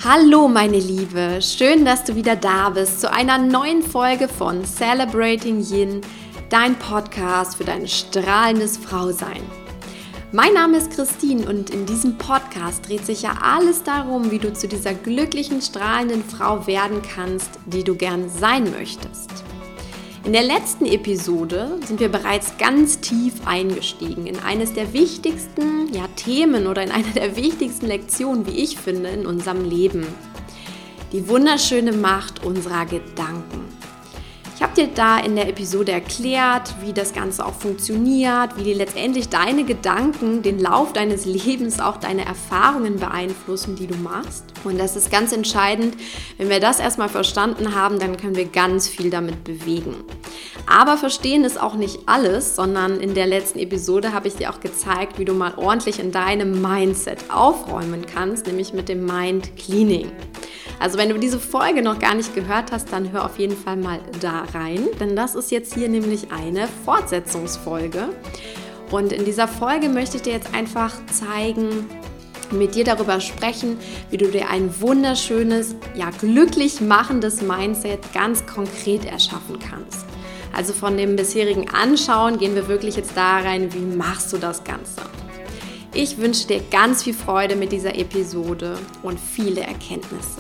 Hallo meine Liebe, schön, dass du wieder da bist zu einer neuen Folge von Celebrating Yin, dein Podcast für dein strahlendes Frausein. Mein Name ist Christine und in diesem Podcast dreht sich ja alles darum, wie du zu dieser glücklichen, strahlenden Frau werden kannst, die du gern sein möchtest. In der letzten Episode sind wir bereits ganz tief eingestiegen in eines der wichtigsten Themen oder in einer der wichtigsten Lektionen, wie ich finde, in unserem Leben. Die wunderschöne Macht unserer Gedanken. Ich habe dir da in der Episode erklärt, wie das Ganze auch funktioniert, wie letztendlich deine Gedanken den Lauf deines Lebens, auch deine Erfahrungen beeinflussen, die du machst. Und das ist ganz entscheidend. Wenn wir das erstmal verstanden haben, dann können wir ganz viel damit bewegen. Aber verstehen ist auch nicht alles, sondern in der letzten Episode habe ich dir auch gezeigt, wie du mal ordentlich in deinem Mindset aufräumen kannst, nämlich mit dem Mind Cleaning. Also wenn du diese Folge noch gar nicht gehört hast, dann hör auf jeden Fall mal da rein, denn das ist jetzt hier nämlich eine Fortsetzungsfolge. Und in dieser Folge möchte ich dir jetzt einfach zeigen, mit dir darüber sprechen, wie du dir ein wunderschönes, glücklich machendes Mindset ganz konkret erschaffen kannst. Also von dem bisherigen Anschauen gehen wir wirklich jetzt da rein, wie machst du das Ganze? Ich wünsche dir ganz viel Freude mit dieser Episode und viele Erkenntnisse.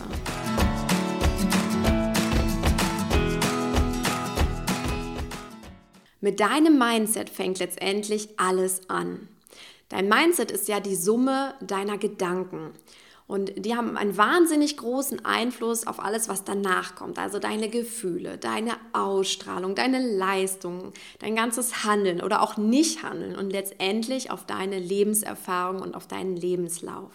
Mit deinem Mindset fängt letztendlich alles an. Dein Mindset ist ja die Summe deiner Gedanken. Und die haben einen wahnsinnig großen Einfluss auf alles, was danach kommt. Also deine Gefühle, deine Ausstrahlung, deine Leistungen, dein ganzes Handeln oder auch Nichthandeln und letztendlich auf deine Lebenserfahrung und auf deinen Lebenslauf.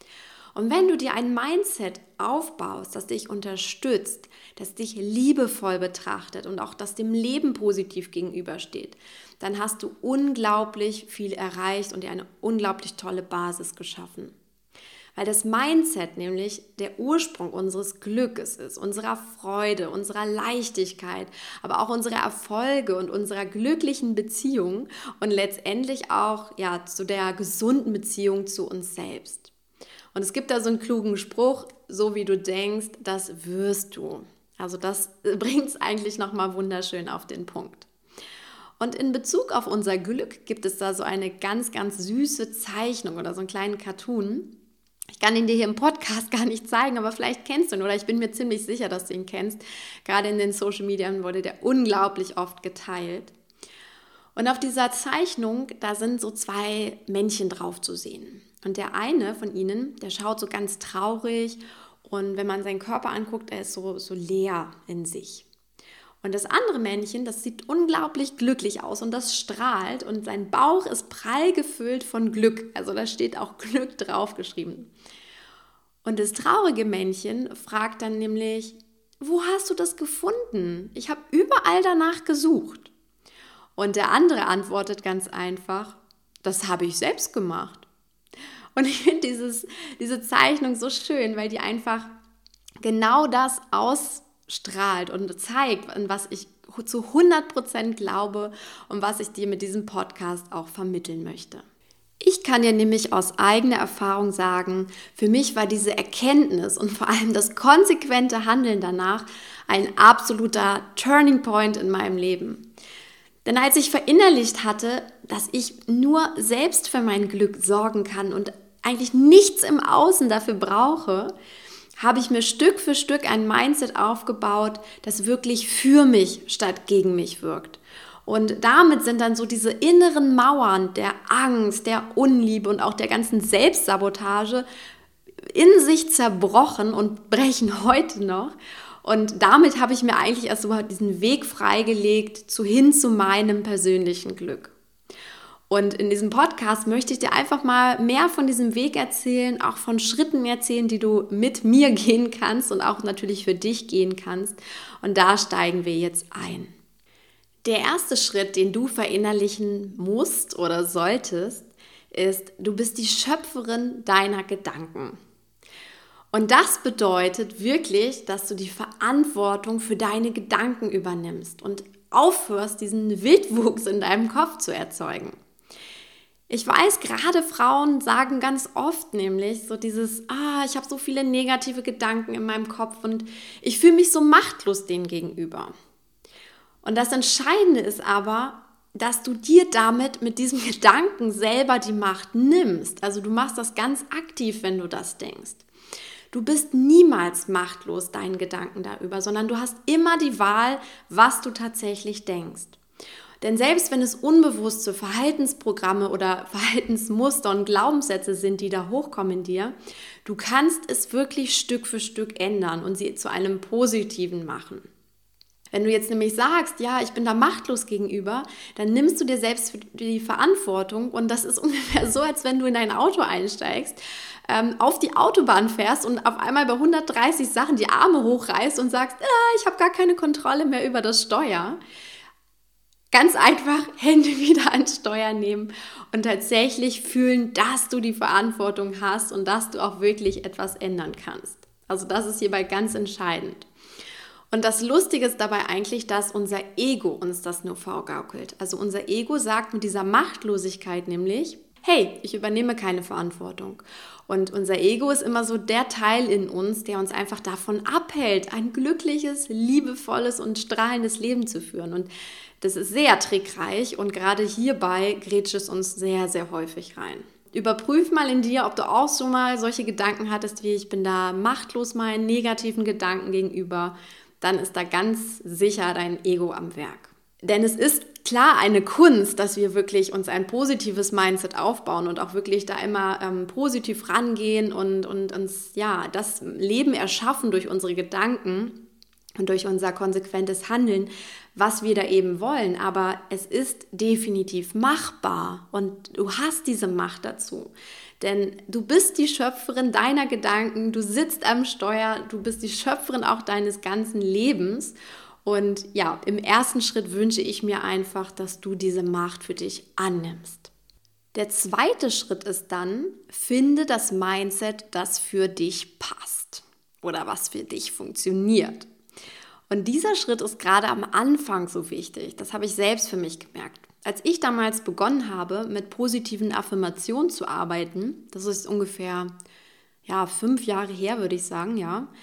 Und wenn du dir ein Mindset aufbaust, das dich unterstützt, das dich liebevoll betrachtet und auch das dem Leben positiv gegenübersteht, dann hast du unglaublich viel erreicht und dir eine unglaublich tolle Basis geschaffen. Weil das Mindset nämlich der Ursprung unseres Glückes ist, unserer Freude, unserer Leichtigkeit, aber auch unserer Erfolge und unserer glücklichen Beziehung und letztendlich auch zu der gesunden Beziehung zu uns selbst. Und es gibt da so einen klugen Spruch, so wie du denkst, das wirst du. Also das bringt es eigentlich nochmal wunderschön auf den Punkt. Und in Bezug auf unser Glück gibt es da so eine ganz, ganz süße Zeichnung oder so einen kleinen Cartoon. Ich kann ihn dir hier im Podcast gar nicht zeigen, aber vielleicht kennst du ihn oder ich bin mir ziemlich sicher, dass du ihn kennst. Gerade in den Social Media wurde der unglaublich oft geteilt. Und auf dieser Zeichnung, da sind so zwei Männchen drauf zu sehen. Und der eine von ihnen, der schaut so ganz traurig und wenn man seinen Körper anguckt, er ist so leer in sich. Und das andere Männchen, das sieht unglaublich glücklich aus und das strahlt und sein Bauch ist prall gefüllt von Glück. Also da steht auch Glück draufgeschrieben. Und das traurige Männchen fragt dann nämlich, wo hast du das gefunden? Ich habe überall danach gesucht. Und der andere antwortet ganz einfach, das habe ich selbst gemacht. Und ich finde diese Zeichnung so schön, weil die einfach genau das ausstrahlt und zeigt, an was ich zu 100% glaube und was ich dir mit diesem Podcast auch vermitteln möchte. Ich kann dir nämlich aus eigener Erfahrung sagen, für mich war diese Erkenntnis und vor allem das konsequente Handeln danach ein absoluter Turning Point in meinem Leben. Denn als ich verinnerlicht hatte, dass ich nur selbst für mein Glück sorgen kann und eigentlich nichts im Außen dafür brauche, habe ich mir Stück für Stück ein Mindset aufgebaut, das wirklich für mich statt gegen mich wirkt. Und damit sind dann so diese inneren Mauern der Angst, der Unliebe und auch der ganzen Selbstsabotage in sich zerbrochen und brechen heute noch. Und damit habe ich mir eigentlich erst überhaupt diesen Weg freigelegt hin zu meinem persönlichen Glück. Und in diesem Podcast möchte ich dir einfach mal mehr von diesem Weg erzählen, auch von Schritten erzählen, die du mit mir gehen kannst und auch natürlich für dich gehen kannst. Und da steigen wir jetzt ein. Der erste Schritt, den du verinnerlichen musst oder solltest, ist, du bist die Schöpferin deiner Gedanken. Und das bedeutet wirklich, dass du die Verantwortung für deine Gedanken übernimmst und aufhörst, diesen Wildwuchs in deinem Kopf zu erzeugen. Ich weiß, gerade Frauen sagen ganz oft nämlich so dieses, ich habe so viele negative Gedanken in meinem Kopf und ich fühle mich so machtlos denen gegenüber. Und das Entscheidende ist aber, dass du dir damit mit diesem Gedanken selber die Macht nimmst. Also du machst das ganz aktiv, wenn du das denkst. Du bist niemals machtlos deinen Gedanken darüber, sondern du hast immer die Wahl, was du tatsächlich denkst. Denn selbst wenn es unbewusste Verhaltensprogramme oder Verhaltensmuster und Glaubenssätze sind, die da hochkommen in dir, du kannst es wirklich Stück für Stück ändern und sie zu einem Positiven machen. Wenn du jetzt nämlich sagst, ja, ich bin da machtlos gegenüber, dann nimmst du dir selbst die Verantwortung und das ist ungefähr so, als wenn du in ein Auto einsteigst, auf die Autobahn fährst und auf einmal bei 130 Sachen die Arme hochreißt und sagst, ich habe gar keine Kontrolle mehr über das Steuer. Ganz einfach Hände wieder ans Steuer nehmen und tatsächlich fühlen, dass du die Verantwortung hast und dass du auch wirklich etwas ändern kannst. Also das ist hierbei ganz entscheidend. Und das Lustige ist dabei eigentlich, dass unser Ego uns das nur vorgaukelt. Also unser Ego sagt mit dieser Machtlosigkeit nämlich, hey, ich übernehme keine Verantwortung. Und unser Ego ist immer so der Teil in uns, der uns einfach davon abhält, ein glückliches, liebevolles und strahlendes Leben zu führen. Und das ist sehr trickreich und gerade hierbei grätscht es uns sehr, sehr häufig rein. Überprüf mal in dir, ob du auch so mal solche Gedanken hattest wie, ich bin da machtlos meinen negativen Gedanken gegenüber. Dann ist da ganz sicher dein Ego am Werk. Denn es ist klar eine Kunst, dass wir wirklich uns ein positives Mindset aufbauen und auch wirklich da immer positiv rangehen und uns das Leben erschaffen durch unsere Gedanken und durch unser konsequentes Handeln, was wir da eben wollen. Aber es ist definitiv machbar und du hast diese Macht dazu. Denn du bist die Schöpferin deiner Gedanken, du sitzt am Steuer, du bist die Schöpferin auch deines ganzen Lebens. Und ja, im ersten Schritt wünsche ich mir einfach, dass du diese Macht für dich annimmst. Der zweite Schritt ist dann, finde das Mindset, das für dich passt oder was für dich funktioniert. Und dieser Schritt ist gerade am Anfang so wichtig. Das habe ich selbst für mich gemerkt. Als ich damals begonnen habe, mit positiven Affirmationen zu arbeiten, das ist ungefähr 5 Jahre her, würde ich sagen,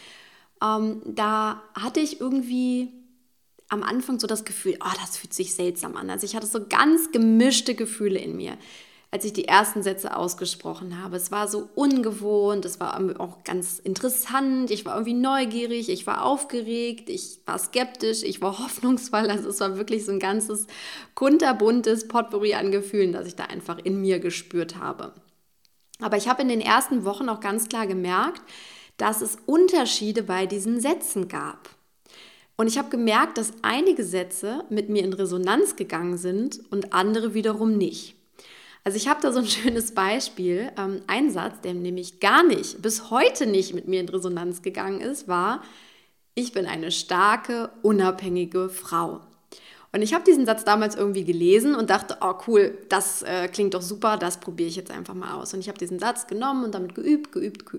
da hatte ich irgendwie am Anfang so das Gefühl, das fühlt sich seltsam an. Also ich hatte so ganz gemischte Gefühle in mir, als ich die ersten Sätze ausgesprochen habe. Es war so ungewohnt, es war auch ganz interessant, ich war irgendwie neugierig, ich war aufgeregt, ich war skeptisch, ich war hoffnungsvoll. Also es war wirklich so ein ganzes kunterbuntes Potpourri an Gefühlen, das ich da einfach in mir gespürt habe. Aber ich habe in den ersten Wochen auch ganz klar gemerkt, dass es Unterschiede bei diesen Sätzen gab. Und ich habe gemerkt, dass einige Sätze mit mir in Resonanz gegangen sind und andere wiederum nicht. Also ich habe da so ein schönes Beispiel. Ein Satz, der nämlich bis heute nicht mit mir in Resonanz gegangen ist, war, ich bin eine starke, unabhängige Frau. Und ich habe diesen Satz damals irgendwie gelesen und dachte, cool, das klingt doch super, das probiere ich jetzt einfach mal aus. Und ich habe diesen Satz genommen und damit geübt.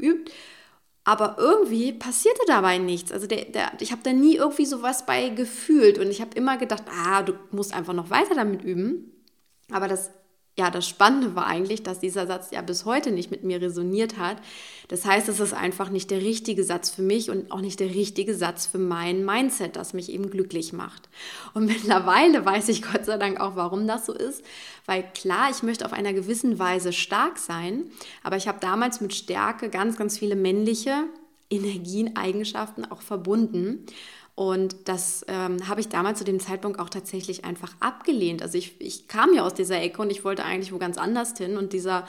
Aber irgendwie passierte dabei nichts. Also ich habe da nie irgendwie sowas bei gefühlt. Und ich habe immer gedacht, du musst einfach noch weiter damit üben. Aber das Spannende war eigentlich, dass dieser Satz ja bis heute nicht mit mir resoniert hat. Das heißt, es ist einfach nicht der richtige Satz für mich und auch nicht der richtige Satz für mein Mindset, das mich eben glücklich macht. Und mittlerweile weiß ich Gott sei Dank auch, warum das so ist. Weil klar, ich möchte auf einer gewissen Weise stark sein, aber ich habe damals mit Stärke ganz, ganz viele männliche Energien, Eigenschaften auch verbunden. Und das habe ich damals zu dem Zeitpunkt auch tatsächlich einfach abgelehnt. Also ich kam ja aus dieser Ecke und ich wollte eigentlich wo ganz anders hin. Und dieser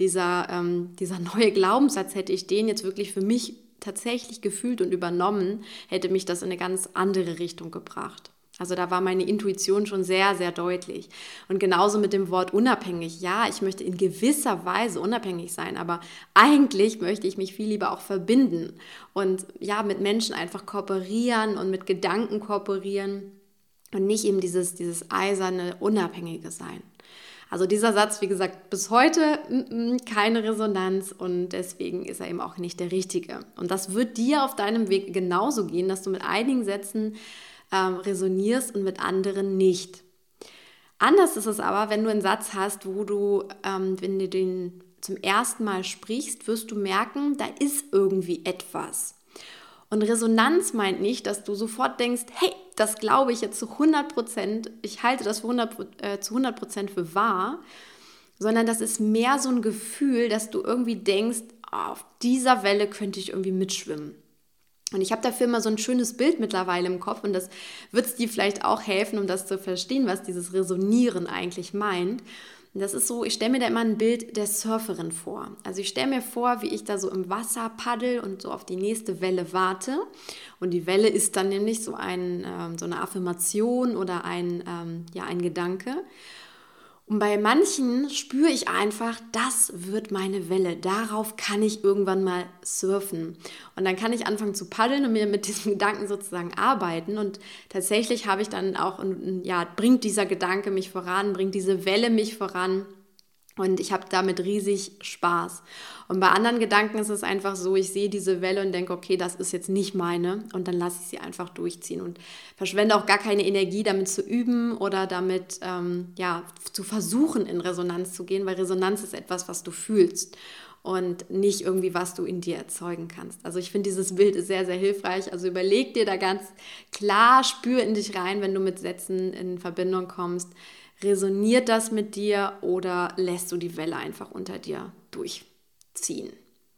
neue Glaubenssatz, hätte ich den jetzt wirklich für mich tatsächlich gefühlt und übernommen, hätte mich das in eine ganz andere Richtung gebracht. Also da war meine Intuition schon sehr, sehr deutlich. Und genauso mit dem Wort unabhängig. Ja, ich möchte in gewisser Weise unabhängig sein, aber eigentlich möchte ich mich viel lieber auch verbinden und mit Menschen einfach kooperieren und mit Gedanken kooperieren und nicht eben dieses eiserne, unabhängige Sein. Also dieser Satz, wie gesagt, bis heute keine Resonanz und deswegen ist er eben auch nicht der richtige. Und das wird dir auf deinem Weg genauso gehen, dass du mit einigen Sätzen resonierst und mit anderen nicht. Anders ist es aber, wenn du einen Satz hast, wo du, wenn du den zum ersten Mal sprichst, wirst du merken, da ist irgendwie etwas. Und Resonanz meint nicht, dass du sofort denkst, hey, das glaube ich jetzt zu 100%, ich halte das zu 100% für wahr, sondern das ist mehr so ein Gefühl, dass du irgendwie denkst, auf dieser Welle könnte ich irgendwie mitschwimmen. Und ich habe dafür immer so ein schönes Bild mittlerweile im Kopf und das wird es dir vielleicht auch helfen, um das zu verstehen, was dieses Resonieren eigentlich meint. Und das ist so, ich stelle mir da immer ein Bild der Surferin vor. Also ich stelle mir vor, wie ich da so im Wasser paddel und so auf die nächste Welle warte. Und die Welle ist dann nämlich so eine Affirmation oder ein Gedanke. Und bei manchen spüre ich einfach, das wird meine Welle. Darauf kann ich irgendwann mal surfen. Und dann kann ich anfangen zu paddeln und mir mit diesem Gedanken sozusagen arbeiten. Und tatsächlich habe ich dann auch, bringt dieser Gedanke mich voran, bringt diese Welle mich voran. Und ich habe damit riesig Spaß. Und bei anderen Gedanken ist es einfach so, ich sehe diese Welle und denke, okay, das ist jetzt nicht meine. Und dann lasse ich sie einfach durchziehen und verschwende auch gar keine Energie, damit zu üben oder damit zu versuchen, in Resonanz zu gehen. Weil Resonanz ist etwas, was du fühlst und nicht irgendwie, was du in dir erzeugen kannst. Also ich finde, dieses Bild ist sehr, sehr hilfreich. Also überleg dir da ganz klar, spür in dich rein, wenn du mit Sätzen in Verbindung kommst. Resoniert das mit dir oder lässt du die Welle einfach unter dir durchziehen?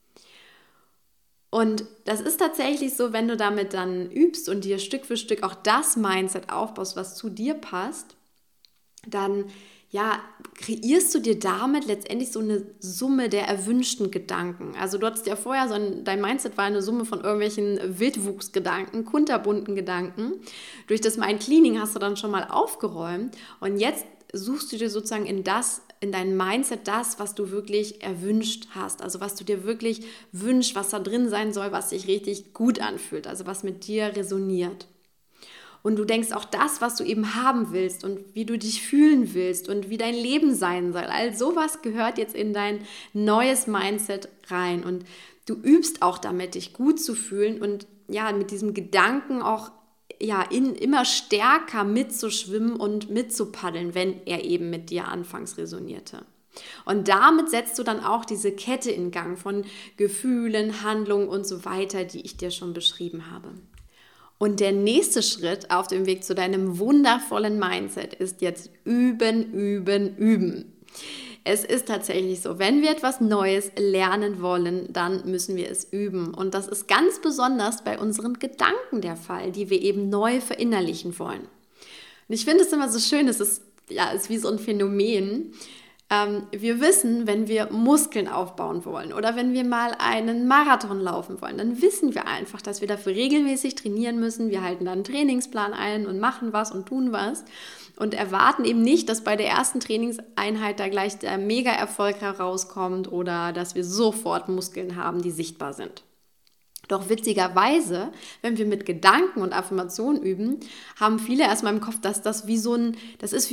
Und das ist tatsächlich so, wenn du damit dann übst und dir Stück für Stück auch das Mindset aufbaust, was zu dir passt, dann kreierst du dir damit letztendlich so eine Summe der erwünschten Gedanken. Also du hattest ja vorher dein Mindset war eine Summe von irgendwelchen Wildwuchsgedanken, kunterbunten Gedanken. Durch das Mind Cleaning hast du dann schon mal aufgeräumt und jetzt suchst du dir sozusagen in dein Mindset das, was du wirklich erwünscht hast. Also was du dir wirklich wünschst, was da drin sein soll, was sich richtig gut anfühlt, also was mit dir resoniert. Und du denkst auch das, was du eben haben willst und wie du dich fühlen willst und wie dein Leben sein soll. All sowas gehört jetzt in dein neues Mindset rein. Und du übst auch damit, dich gut zu fühlen und mit diesem Gedanken auch immer stärker mitzuschwimmen und mitzupaddeln, wenn er eben mit dir anfangs resonierte. Und damit setzt du dann auch diese Kette in Gang von Gefühlen, Handlungen und so weiter, die ich dir schon beschrieben habe. Und der nächste Schritt auf dem Weg zu deinem wundervollen Mindset ist jetzt üben, üben, üben. Es ist tatsächlich so, wenn wir etwas Neues lernen wollen, dann müssen wir es üben. Und das ist ganz besonders bei unseren Gedanken der Fall, die wir eben neu verinnerlichen wollen. Und ich finde es immer so schön, es ist wie so ein Phänomen. Wir wissen, wenn wir Muskeln aufbauen wollen oder wenn wir mal einen Marathon laufen wollen, dann wissen wir einfach, dass wir dafür regelmäßig trainieren müssen. Wir halten dann einen Trainingsplan ein und machen was und tun was und erwarten eben nicht, dass bei der ersten Trainingseinheit da gleich der Mega-Erfolg herauskommt oder dass wir sofort Muskeln haben, die sichtbar sind. Doch witzigerweise, wenn wir mit Gedanken und Affirmationen üben, haben viele erstmal im Kopf, dass das wie so ein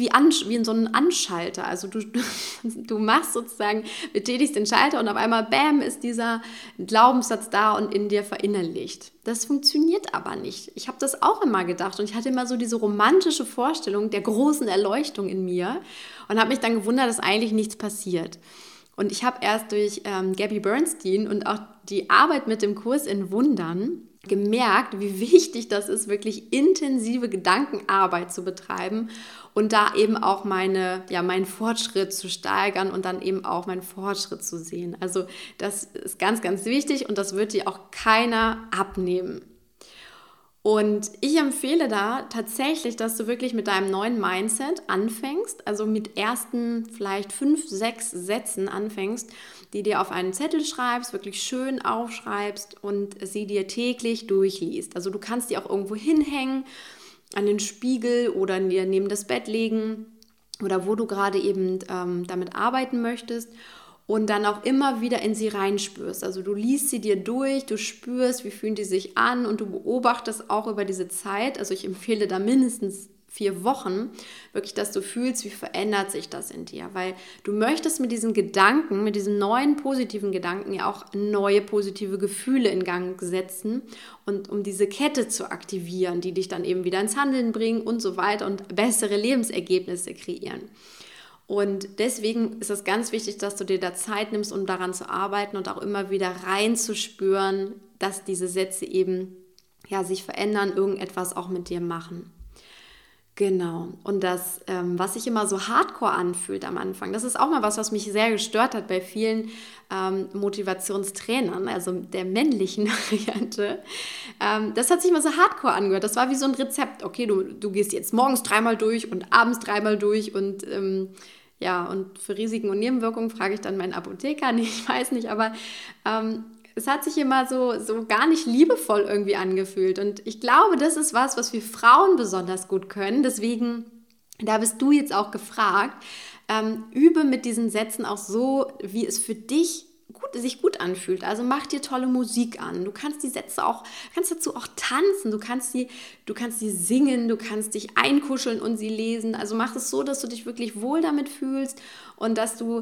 Anschalter. Also du machst sozusagen, betätigst den Schalter und auf einmal, bam, ist dieser Glaubenssatz da und in dir verinnerlicht. Das funktioniert aber nicht. Ich habe das auch immer gedacht und ich hatte immer so diese romantische Vorstellung der großen Erleuchtung in mir und habe mich dann gewundert, dass eigentlich nichts passiert. Und ich habe erst durch Gabby Bernstein und auch die Arbeit mit dem Kurs in Wundern gemerkt, wie wichtig das ist, wirklich intensive Gedankenarbeit zu betreiben und da eben auch meinen Fortschritt zu steigern und dann eben auch meinen Fortschritt zu sehen. Also das ist ganz, ganz wichtig und das wird dir auch keiner abnehmen. Und ich empfehle da tatsächlich, dass du wirklich mit deinem neuen Mindset anfängst, also mit ersten vielleicht 5, 6 Sätzen anfängst, die dir auf einen Zettel schreibst, wirklich schön aufschreibst und sie dir täglich durchliest. Also du kannst die auch irgendwo hinhängen, an den Spiegel oder dir neben das Bett legen oder wo du gerade eben damit arbeiten möchtest. Und dann auch immer wieder in sie reinspürst. Also du liest sie dir durch, du spürst, wie fühlen die sich an und du beobachtest auch über diese Zeit. Also ich empfehle da mindestens 4 Wochen, wirklich, dass du fühlst, wie verändert sich das in dir. Weil du möchtest mit diesen Gedanken, mit diesen neuen positiven Gedanken ja auch neue positive Gefühle in Gang setzen und um diese Kette zu aktivieren, die dich dann eben wieder ins Handeln bringen und so weiter und bessere Lebensergebnisse kreieren. Und deswegen ist es ganz wichtig, dass du dir da Zeit nimmst, um daran zu arbeiten und auch immer wieder reinzuspüren, dass diese Sätze eben sich verändern, irgendetwas auch mit dir machen. Genau. Und das, was sich immer so hardcore anfühlt am Anfang, das ist auch mal was mich sehr gestört hat bei vielen Motivationstrainern, also der männlichen Variante. Das hat sich immer so hardcore angehört. Das war wie so ein Rezept. Okay, du gehst jetzt morgens 3-mal durch und abends 3-mal durch und und für Risiken und Nebenwirkungen frage ich dann meinen Apotheker. Nee, ich weiß nicht, aber es hat sich immer so gar nicht liebevoll irgendwie angefühlt. Und ich glaube, das ist was wir Frauen besonders gut können. Deswegen, da bist du jetzt auch gefragt, übe mit diesen Sätzen auch so, wie es für dich sich gut anfühlt. Also mach dir tolle Musik an. Du kannst die Sätze kannst dazu auch tanzen. Du kannst die singen, du kannst dich einkuscheln und sie lesen. Also mach es so, dass du dich wirklich wohl damit fühlst und dass du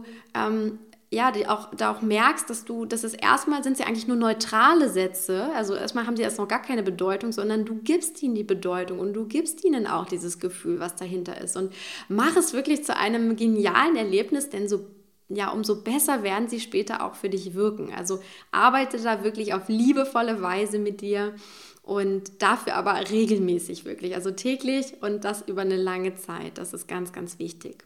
da auch merkst, dass es erstmal sind sie eigentlich nur neutrale Sätze. Also erstmal haben sie erst noch gar keine Bedeutung, sondern du gibst ihnen die Bedeutung und du gibst ihnen auch dieses Gefühl, was dahinter ist. Und mach es wirklich zu einem genialen Erlebnis, denn umso besser werden sie später auch für dich wirken. Also arbeite da wirklich auf liebevolle Weise mit dir und dafür aber regelmäßig wirklich, also täglich und das über eine lange Zeit. Das ist ganz, ganz wichtig.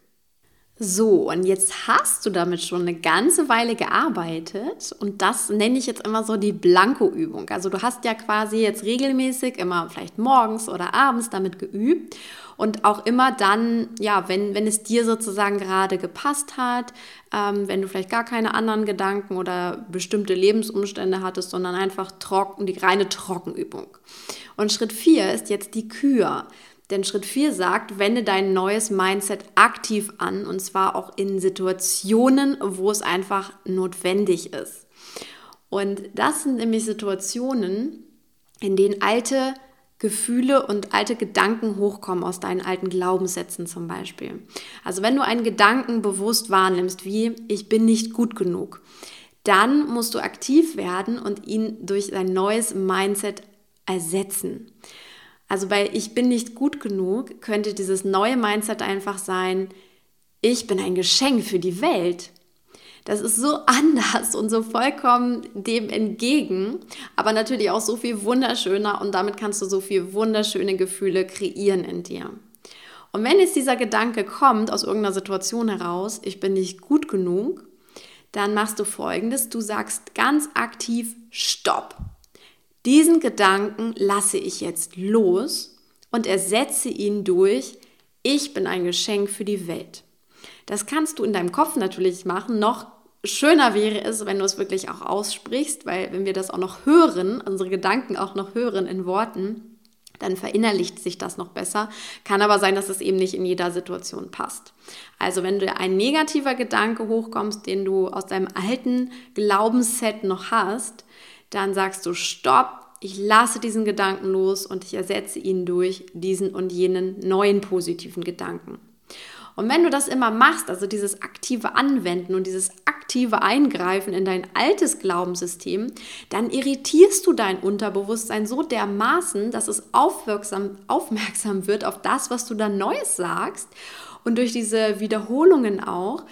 So, und jetzt hast du damit schon eine ganze Weile gearbeitet und das nenne ich jetzt immer so die Blanko-Übung. Also du hast ja quasi jetzt regelmäßig immer vielleicht morgens oder abends damit geübt und auch immer dann, wenn es dir sozusagen gerade gepasst hat, wenn du vielleicht gar keine anderen Gedanken oder bestimmte Lebensumstände hattest, sondern einfach die reine Trockenübung. Und Schritt 4 ist jetzt die Kür. Denn Schritt 4 sagt, wende dein neues Mindset aktiv an und zwar auch in Situationen, wo es einfach notwendig ist. Und das sind nämlich Situationen, in denen alte Gefühle und alte Gedanken hochkommen aus deinen alten Glaubenssätzen zum Beispiel. Also wenn du einen Gedanken bewusst wahrnimmst, wie ich bin nicht gut genug, dann musst du aktiv werden und ihn durch dein neues Mindset ersetzen. Also bei ich bin nicht gut genug könnte dieses neue Mindset einfach sein, ich bin ein Geschenk für die Welt. Das ist so anders und so vollkommen dem entgegen, aber natürlich auch so viel wunderschöner und damit kannst du so viel wunderschöne Gefühle kreieren in dir. Und wenn jetzt dieser Gedanke kommt aus irgendeiner Situation heraus, ich bin nicht gut genug, dann machst du Folgendes, du sagst ganz aktiv Stopp. Diesen Gedanken lasse ich jetzt los und ersetze ihn durch, ich bin ein Geschenk für die Welt. Das kannst du in deinem Kopf natürlich machen. Noch schöner wäre es, wenn du es wirklich auch aussprichst, weil wenn wir das auch noch hören, unsere Gedanken auch noch hören in Worten, dann verinnerlicht sich das noch besser. Kann aber sein, dass es eben nicht in jeder Situation passt. Also wenn dir ein negativer Gedanke hochkommt, den du aus deinem alten Glaubensset noch hast, dann sagst du Stopp, ich lasse diesen Gedanken los und ich ersetze ihn durch diesen und jenen neuen positiven Gedanken. Und wenn du das immer machst, also dieses aktive Anwenden und dieses aktive Eingreifen in dein altes Glaubenssystem, dann irritierst du dein Unterbewusstsein so dermaßen, dass es aufmerksam wird auf das, was du dann Neues sagst. Und durch diese Wiederholungen auch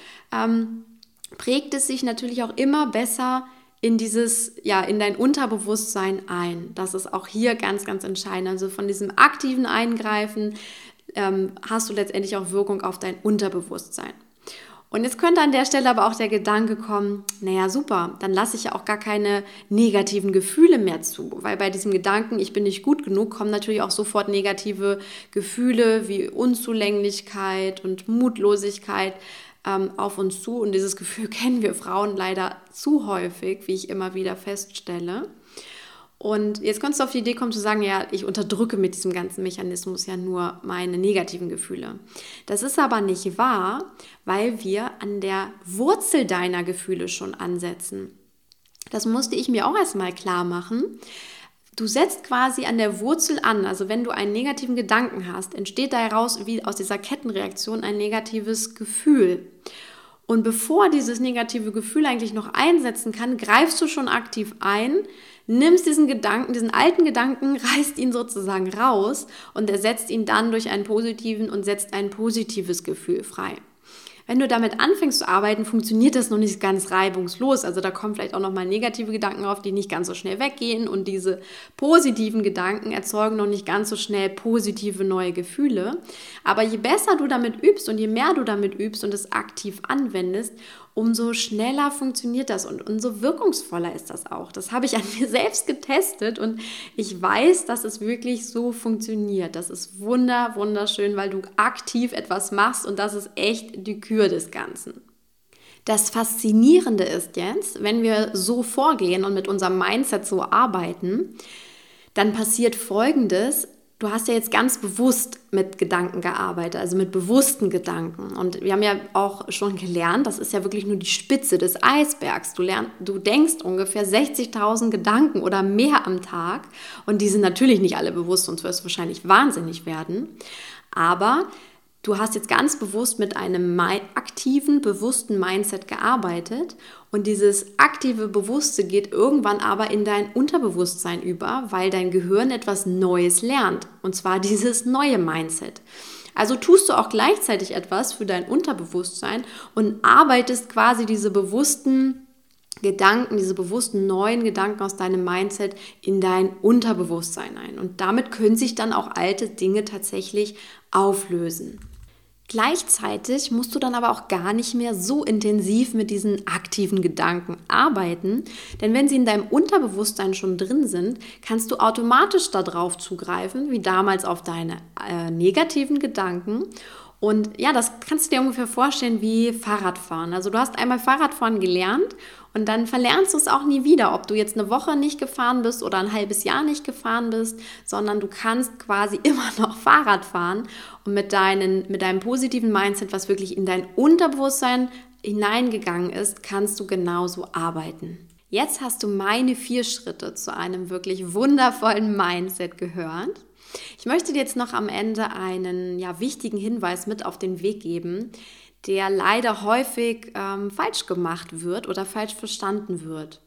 prägt es sich natürlich auch immer besser in dein Unterbewusstsein ein. Das ist auch hier ganz, ganz entscheidend. Also von diesem aktiven Eingreifen hast du letztendlich auch Wirkung auf dein Unterbewusstsein. Und jetzt könnte an der Stelle aber auch der Gedanke kommen, naja super, dann lasse ich ja auch gar keine negativen Gefühle mehr zu, weil bei diesem Gedanken, ich bin nicht gut genug, kommen natürlich auch sofort negative Gefühle wie Unzulänglichkeit und Mutlosigkeit auf uns zu. Und dieses Gefühl kennen wir Frauen leider zu häufig, wie ich immer wieder feststelle. Und jetzt kannst du auf die Idee kommen zu sagen, ja, ich unterdrücke mit diesem ganzen Mechanismus ja nur meine negativen Gefühle. Das ist aber nicht wahr, weil wir an der Wurzel deiner Gefühle schon ansetzen. Das musste ich mir auch erstmal klar machen. Du setzt quasi an der Wurzel an, also wenn du einen negativen Gedanken hast, entsteht daraus wie aus dieser Kettenreaktion ein negatives Gefühl. Und bevor dieses negative Gefühl eigentlich noch einsetzen kann, greifst du schon aktiv ein, nimmst diesen Gedanken, diesen alten Gedanken, reißt ihn sozusagen raus und ersetzt ihn dann durch einen positiven und setzt ein positives Gefühl frei. Wenn du damit anfängst zu arbeiten, funktioniert das noch nicht ganz reibungslos. Also da kommen vielleicht auch nochmal negative Gedanken auf, die nicht ganz so schnell weggehen. Und diese positiven Gedanken erzeugen noch nicht ganz so schnell positive neue Gefühle. Aber je besser du damit übst und je mehr du damit übst und es aktiv anwendest, umso schneller funktioniert das und umso wirkungsvoller ist das auch. Das habe ich an mir selbst getestet und ich weiß, dass es wirklich so funktioniert. Das ist wunderschön, weil du aktiv etwas machst und das ist echt die Kür des Ganzen. Das Faszinierende ist jetzt, wenn wir so vorgehen und mit unserem Mindset so arbeiten, dann passiert Folgendes. Du hast ja jetzt ganz bewusst mit Gedanken gearbeitet, also mit bewussten Gedanken. Und wir haben ja auch schon gelernt, das ist ja wirklich nur die Spitze des Eisbergs. Du denkst ungefähr 60.000 Gedanken oder mehr am Tag. Und die sind natürlich nicht alle bewusst, sonst wirst du wahrscheinlich wahnsinnig werden. Aber du hast jetzt ganz bewusst mit einem aktiven, bewussten Mindset gearbeitet und dieses aktive Bewusste geht irgendwann aber in dein Unterbewusstsein über, weil dein Gehirn etwas Neues lernt und zwar dieses neue Mindset. Also tust du auch gleichzeitig etwas für dein Unterbewusstsein und arbeitest quasi diese bewussten Gedanken, diese bewussten neuen Gedanken aus deinem Mindset in dein Unterbewusstsein ein. Und damit können sich dann auch alte Dinge tatsächlich auflösen. Gleichzeitig musst du dann aber auch gar nicht mehr so intensiv mit diesen aktiven Gedanken arbeiten, denn wenn sie in deinem Unterbewusstsein schon drin sind, kannst du automatisch darauf zugreifen, wie damals auf deine negativen Gedanken. Und ja, das kannst du dir ungefähr vorstellen wie Fahrradfahren. Also du hast einmal Fahrradfahren gelernt und dann verlernst du es auch nie wieder, ob du jetzt eine Woche nicht gefahren bist oder ein halbes Jahr nicht gefahren bist, sondern du kannst quasi immer noch Fahrrad fahren und mit deinem positiven Mindset, was wirklich in dein Unterbewusstsein hineingegangen ist, kannst du genauso arbeiten. Jetzt hast du meine 4 Schritte zu einem wirklich wundervollen Mindset gehört. Ich möchte dir jetzt noch am Ende einen wichtigen Hinweis mit auf den Weg geben, der leider häufig falsch gemacht wird oder falsch verstanden wird.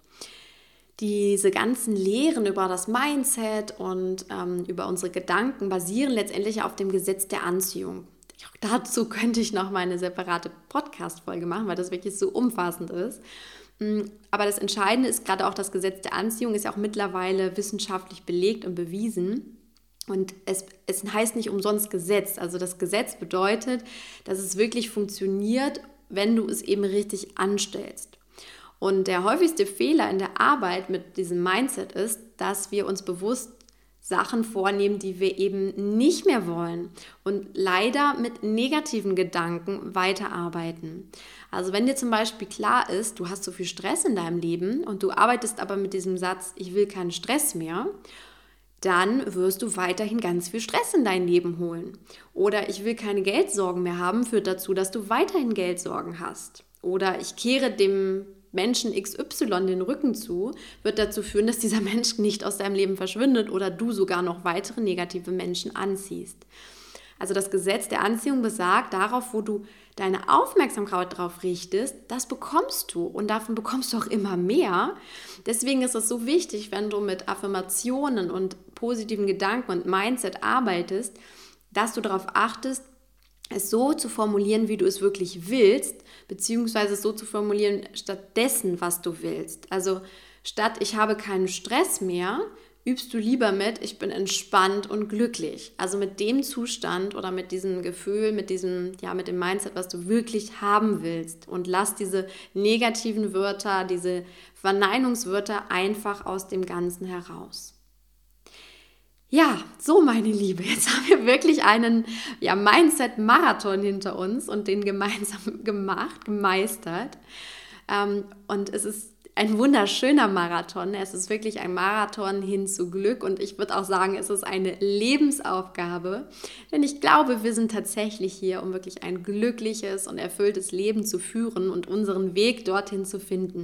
Diese ganzen Lehren über das Mindset und über unsere Gedanken basieren letztendlich auf dem Gesetz der Anziehung. Dazu könnte ich noch mal eine separate Podcast-Folge machen, weil das wirklich so umfassend ist. Aber das Entscheidende ist gerade auch das Gesetz der Anziehung, ist ja auch mittlerweile wissenschaftlich belegt und bewiesen. Und es heißt nicht umsonst Gesetz. Also das Gesetz bedeutet, dass es wirklich funktioniert, wenn du es eben richtig anstellst. Und der häufigste Fehler in der Arbeit mit diesem Mindset ist, dass wir uns bewusst Sachen vornehmen, die wir eben nicht mehr wollen und leider mit negativen Gedanken weiterarbeiten. Also wenn dir zum Beispiel klar ist, du hast so viel Stress in deinem Leben und du arbeitest aber mit diesem Satz, ich will keinen Stress mehr, dann wirst du weiterhin ganz viel Stress in dein Leben holen. Oder ich will keine Geldsorgen mehr haben, führt dazu, dass du weiterhin Geldsorgen hast. Oder ich kehre dem Menschen XY den Rücken zu, wird dazu führen, dass dieser Mensch nicht aus deinem Leben verschwindet oder du sogar noch weitere negative Menschen anziehst. Also das Gesetz der Anziehung besagt, darauf, wo du deine Aufmerksamkeit drauf richtest, das bekommst du und davon bekommst du auch immer mehr. Deswegen ist es so wichtig, wenn du mit Affirmationen und positiven Gedanken und Mindset arbeitest, dass du darauf achtest, es so zu formulieren, wie du es wirklich willst, beziehungsweise es so zu formulieren, statt dessen, was du willst. Also statt ich habe keinen Stress mehr, übst du lieber mit, ich bin entspannt und glücklich. Also mit dem Zustand oder mit diesem Gefühl, mit dem Mindset, was du wirklich haben willst. Und lass diese negativen Wörter, diese Verneinungswörter einfach aus dem Ganzen heraus. Ja, so meine Liebe, jetzt haben wir wirklich einen Mindset-Marathon hinter uns und den gemeinsam gemeistert. Und es ist ein wunderschöner Marathon. Es ist wirklich ein Marathon hin zu Glück und ich würde auch sagen, es ist eine Lebensaufgabe, denn ich glaube, wir sind tatsächlich hier, um wirklich ein glückliches und erfülltes Leben zu führen und unseren Weg dorthin zu finden.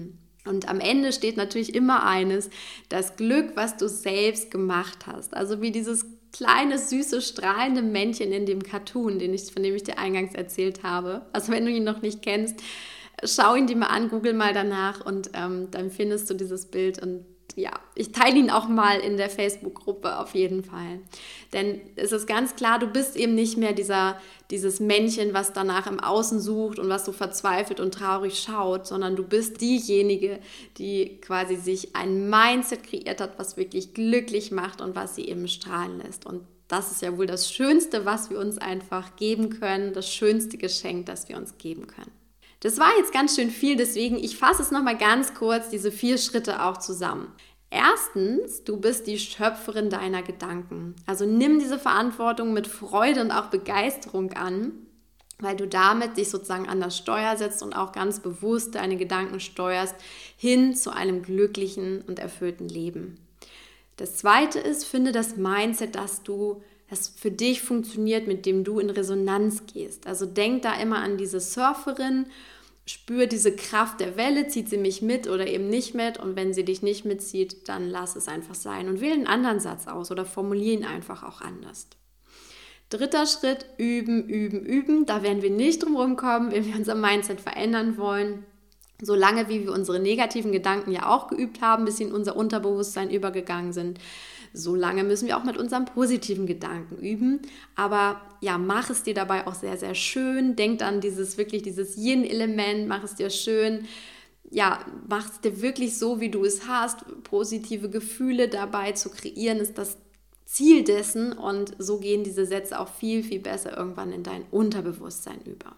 Und am Ende steht natürlich immer eines, das Glück, was du selbst gemacht hast. Also wie dieses kleine, süße, strahlende Männchen in dem Cartoon, von dem ich dir eingangs erzählt habe. Also wenn du ihn noch nicht kennst, schau ihn dir mal an, google mal danach und dann findest du dieses Bild. Und ja, ich teile ihn auch mal in der Facebook-Gruppe auf jeden Fall. Denn es ist ganz klar, du bist eben nicht mehr dieses Männchen, was danach im Außen sucht und was so verzweifelt und traurig schaut, sondern du bist diejenige, die quasi sich ein Mindset kreiert hat, was wirklich glücklich macht und was sie eben strahlen lässt. Und das ist ja wohl das Schönste, was wir uns einfach geben können, das schönste Geschenk, das wir uns geben können. Das war jetzt ganz schön viel, deswegen ich fasse es nochmal ganz kurz, diese 4 Schritte auch zusammen. Erstens, du bist die Schöpferin deiner Gedanken. Also nimm diese Verantwortung mit Freude und auch Begeisterung an, weil du damit dich sozusagen an das Steuer setzt und auch ganz bewusst deine Gedanken steuerst hin zu einem glücklichen und erfüllten Leben. Das Zweite ist, finde das Mindset, das für dich funktioniert, mit dem du in Resonanz gehst. Also denk da immer an diese Surferin, spür diese Kraft der Welle, zieht sie mich mit oder eben nicht mit, und wenn sie dich nicht mitzieht, dann lass es einfach sein und wähle einen anderen Satz aus oder formuliere ihn einfach auch anders. 3. Schritt, üben, üben, üben. Da werden wir nicht drum rumkommen, wenn wir unser Mindset verändern wollen. Solange wie wir unsere negativen Gedanken ja auch geübt haben, bis sie in unser Unterbewusstsein übergegangen sind, solange müssen wir auch mit unseren positiven Gedanken üben. Aber ja, mach es dir dabei auch sehr, sehr schön. Denk an dieses Yin-Element, mach es dir schön. Ja, mach es dir wirklich so, wie du es hast. Positive Gefühle dabei zu kreieren, ist das Ziel dessen. Und so gehen diese Sätze auch viel, viel besser irgendwann in dein Unterbewusstsein über.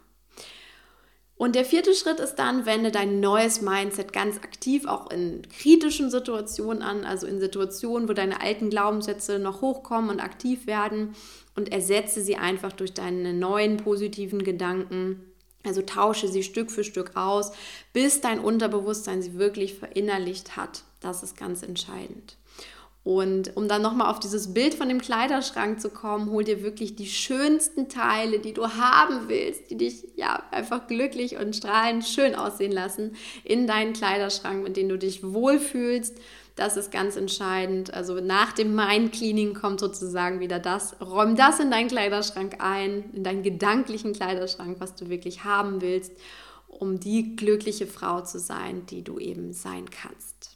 Und der 4. Schritt ist dann, wende dein neues Mindset ganz aktiv auch in kritischen Situationen an, also in Situationen, wo deine alten Glaubenssätze noch hochkommen und aktiv werden, und ersetze sie einfach durch deine neuen positiven Gedanken. Also tausche sie Stück für Stück aus, bis dein Unterbewusstsein sie wirklich verinnerlicht hat. Das ist ganz entscheidend. Und um dann nochmal auf dieses Bild von dem Kleiderschrank zu kommen, hol dir wirklich die schönsten Teile, die du haben willst, die dich ja einfach glücklich und strahlend schön aussehen lassen, in deinen Kleiderschrank, mit denen du dich wohlfühlst. Das ist ganz entscheidend. Also nach dem Mind-Cleaning kommt sozusagen wieder das. Räum das in deinen Kleiderschrank ein, in deinen gedanklichen Kleiderschrank, was du wirklich haben willst, um die glückliche Frau zu sein, die du eben sein kannst.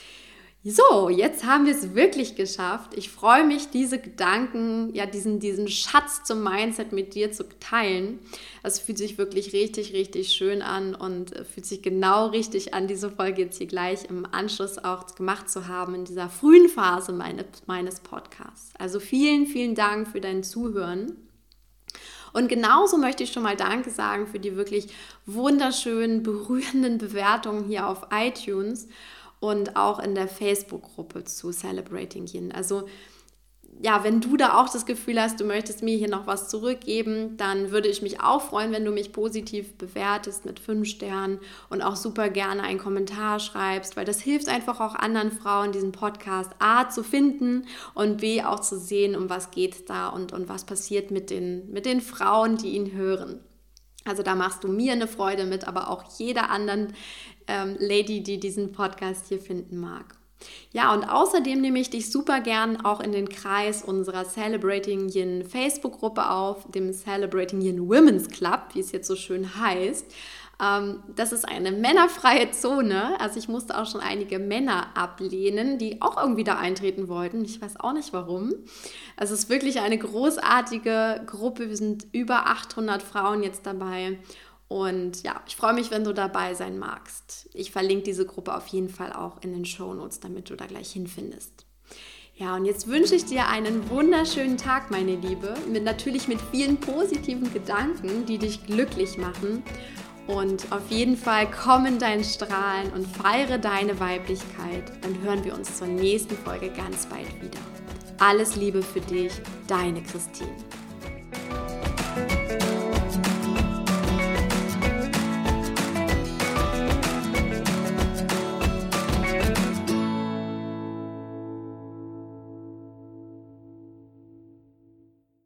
So, jetzt haben wir es wirklich geschafft. Ich freue mich, diese Gedanken, ja, diesen Schatz zum Mindset mit dir zu teilen. Es fühlt sich wirklich richtig, richtig schön an und fühlt sich genau richtig an, diese Folge jetzt hier gleich im Anschluss auch gemacht zu haben, in dieser frühen Phase meines Podcasts. Also vielen, vielen Dank für dein Zuhören. Und genauso möchte ich schon mal Danke sagen für die wirklich wunderschönen, berührenden Bewertungen hier auf iTunes und auch in der Facebook-Gruppe zu Celebrating Yin. Also ja, wenn du da auch das Gefühl hast, du möchtest mir hier noch was zurückgeben, dann würde ich mich auch freuen, wenn du mich positiv bewertest mit 5 Sternen und auch super gerne einen Kommentar schreibst, weil das hilft einfach auch anderen Frauen, diesen Podcast A zu finden und B auch zu sehen, um was geht es da und was passiert mit den Frauen, die ihn hören. Also da machst du mir eine Freude mit, aber auch jeder anderen Lady, die diesen Podcast hier finden mag. Ja, und außerdem nehme ich dich super gern auch in den Kreis unserer Celebrating Yin Facebook-Gruppe auf, dem Celebrating Yin Women's Club, wie es jetzt so schön heißt. Das ist eine männerfreie Zone, also ich musste auch schon einige Männer ablehnen, die auch irgendwie da eintreten wollten. Ich weiß auch nicht warum. Also es ist wirklich eine großartige Gruppe, wir sind über 800 Frauen jetzt dabei. Und ja, ich freue mich, wenn du dabei sein magst. Ich verlinke diese Gruppe auf jeden Fall auch in den Shownotes, damit du da gleich hinfindest. Ja, und jetzt wünsche ich dir einen wunderschönen Tag, meine Liebe, natürlich mit vielen positiven Gedanken, die dich glücklich machen. Und auf jeden Fall komm in dein Strahlen und feiere deine Weiblichkeit. Dann hören wir uns zur nächsten Folge ganz bald wieder. Alles Liebe für dich, deine Christine.